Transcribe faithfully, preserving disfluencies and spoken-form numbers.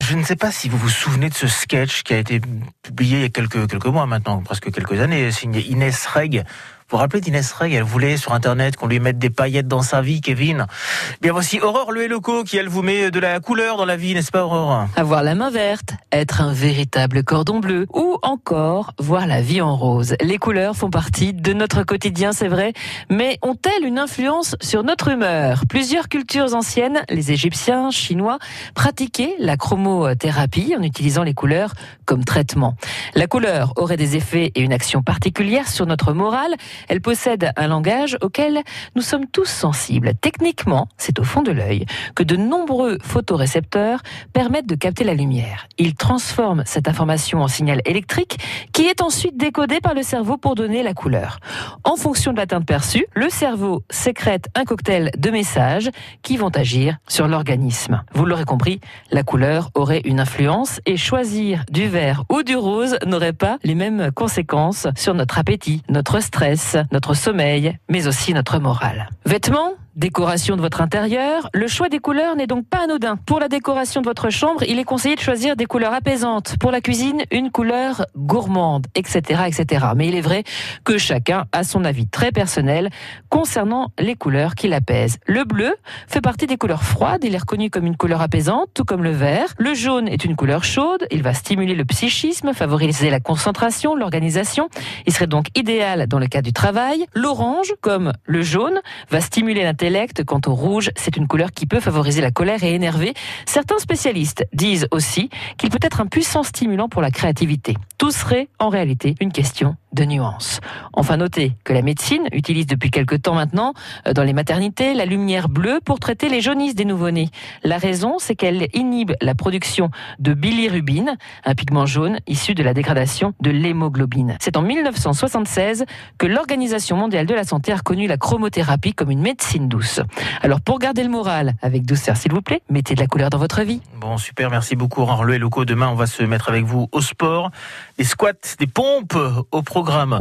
je ne sais pas si vous vous souvenez de ce sketch qui a été publié il y a quelques, quelques mois maintenant, presque quelques années, signé Inès Reg. Vous vous rappelez d'Inès Reg? Elle voulait sur Internet qu'on lui mette des paillettes dans sa vie, Kevin. Bien voici Aurore Loué-Locaux qui, elle, vous met de la couleur dans la vie, n'est-ce pas, Aurore? Avoir la main verte, être un véritable cordon bleu, ou encore voir la vie en rose. Les couleurs font partie de notre quotidien, c'est vrai, mais ont-elles une influence sur notre humeur? Plusieurs cultures anciennes, les Égyptiens, Chinois, pratiquaient la chromothérapie en utilisant les couleurs comme traitement. La couleur aurait des effets et une action particulière sur notre morale. Elle possède un langage auquel nous sommes tous sensibles. Techniquement, c'est au fond de l'œil que de nombreux photorécepteurs permettent de capter la lumière. Ils transforment cette information en signal électrique qui est ensuite décodé par le cerveau pour donner la couleur. En fonction de la teinte perçue, le cerveau sécrète un cocktail de messages qui vont agir sur l'organisme. Vous l'aurez compris, la couleur aurait une influence et choisir du vert ou du rose n'aurait pas les mêmes conséquences sur notre appétit, notre stress, notre sommeil, mais aussi notre morale. Vêtements, décoration de votre intérieur, le choix des couleurs n'est donc pas anodin. Pour la décoration de votre chambre, il est conseillé de choisir des couleurs apaisantes. Pour la cuisine, une couleur gourmande, et cetera, et cetera. Mais il est vrai que chacun a son avis très personnel concernant les couleurs qui l'apaisent. Le bleu fait partie des couleurs froides, il est reconnu comme une couleur apaisante, tout comme le vert. Le jaune est une couleur chaude, il va stimuler le psychisme, favoriser la concentration, l'organisation. Il serait donc idéal dans le cas du travail. L'orange, comme le jaune, va stimuler l'intellect. Quant au rouge, c'est une couleur qui peut favoriser la colère et énerver. Certains spécialistes disent aussi qu'il peut être un puissant stimulant pour la créativité. Tout serait en réalité une question de nuances. Enfin, notez que la médecine utilise depuis quelque temps maintenant, dans les maternités, la lumière bleue pour traiter les jaunisses des nouveau-nés. La raison, c'est qu'elle inhibe la production de bilirubine, un pigment jaune issu de la dégradation de l'hémoglobine. C'est en mille neuf cent soixante-seize que l'Organisation mondiale de la santé a reconnu la chromothérapie comme une médecine douce. Alors, pour garder le moral avec douceur, s'il vous plaît, mettez de la couleur dans votre vie. Bon, super, merci beaucoup, Aurore Loué-Locaux. Demain, on va se mettre avec vous au sport. Des squats, des pompes au programme.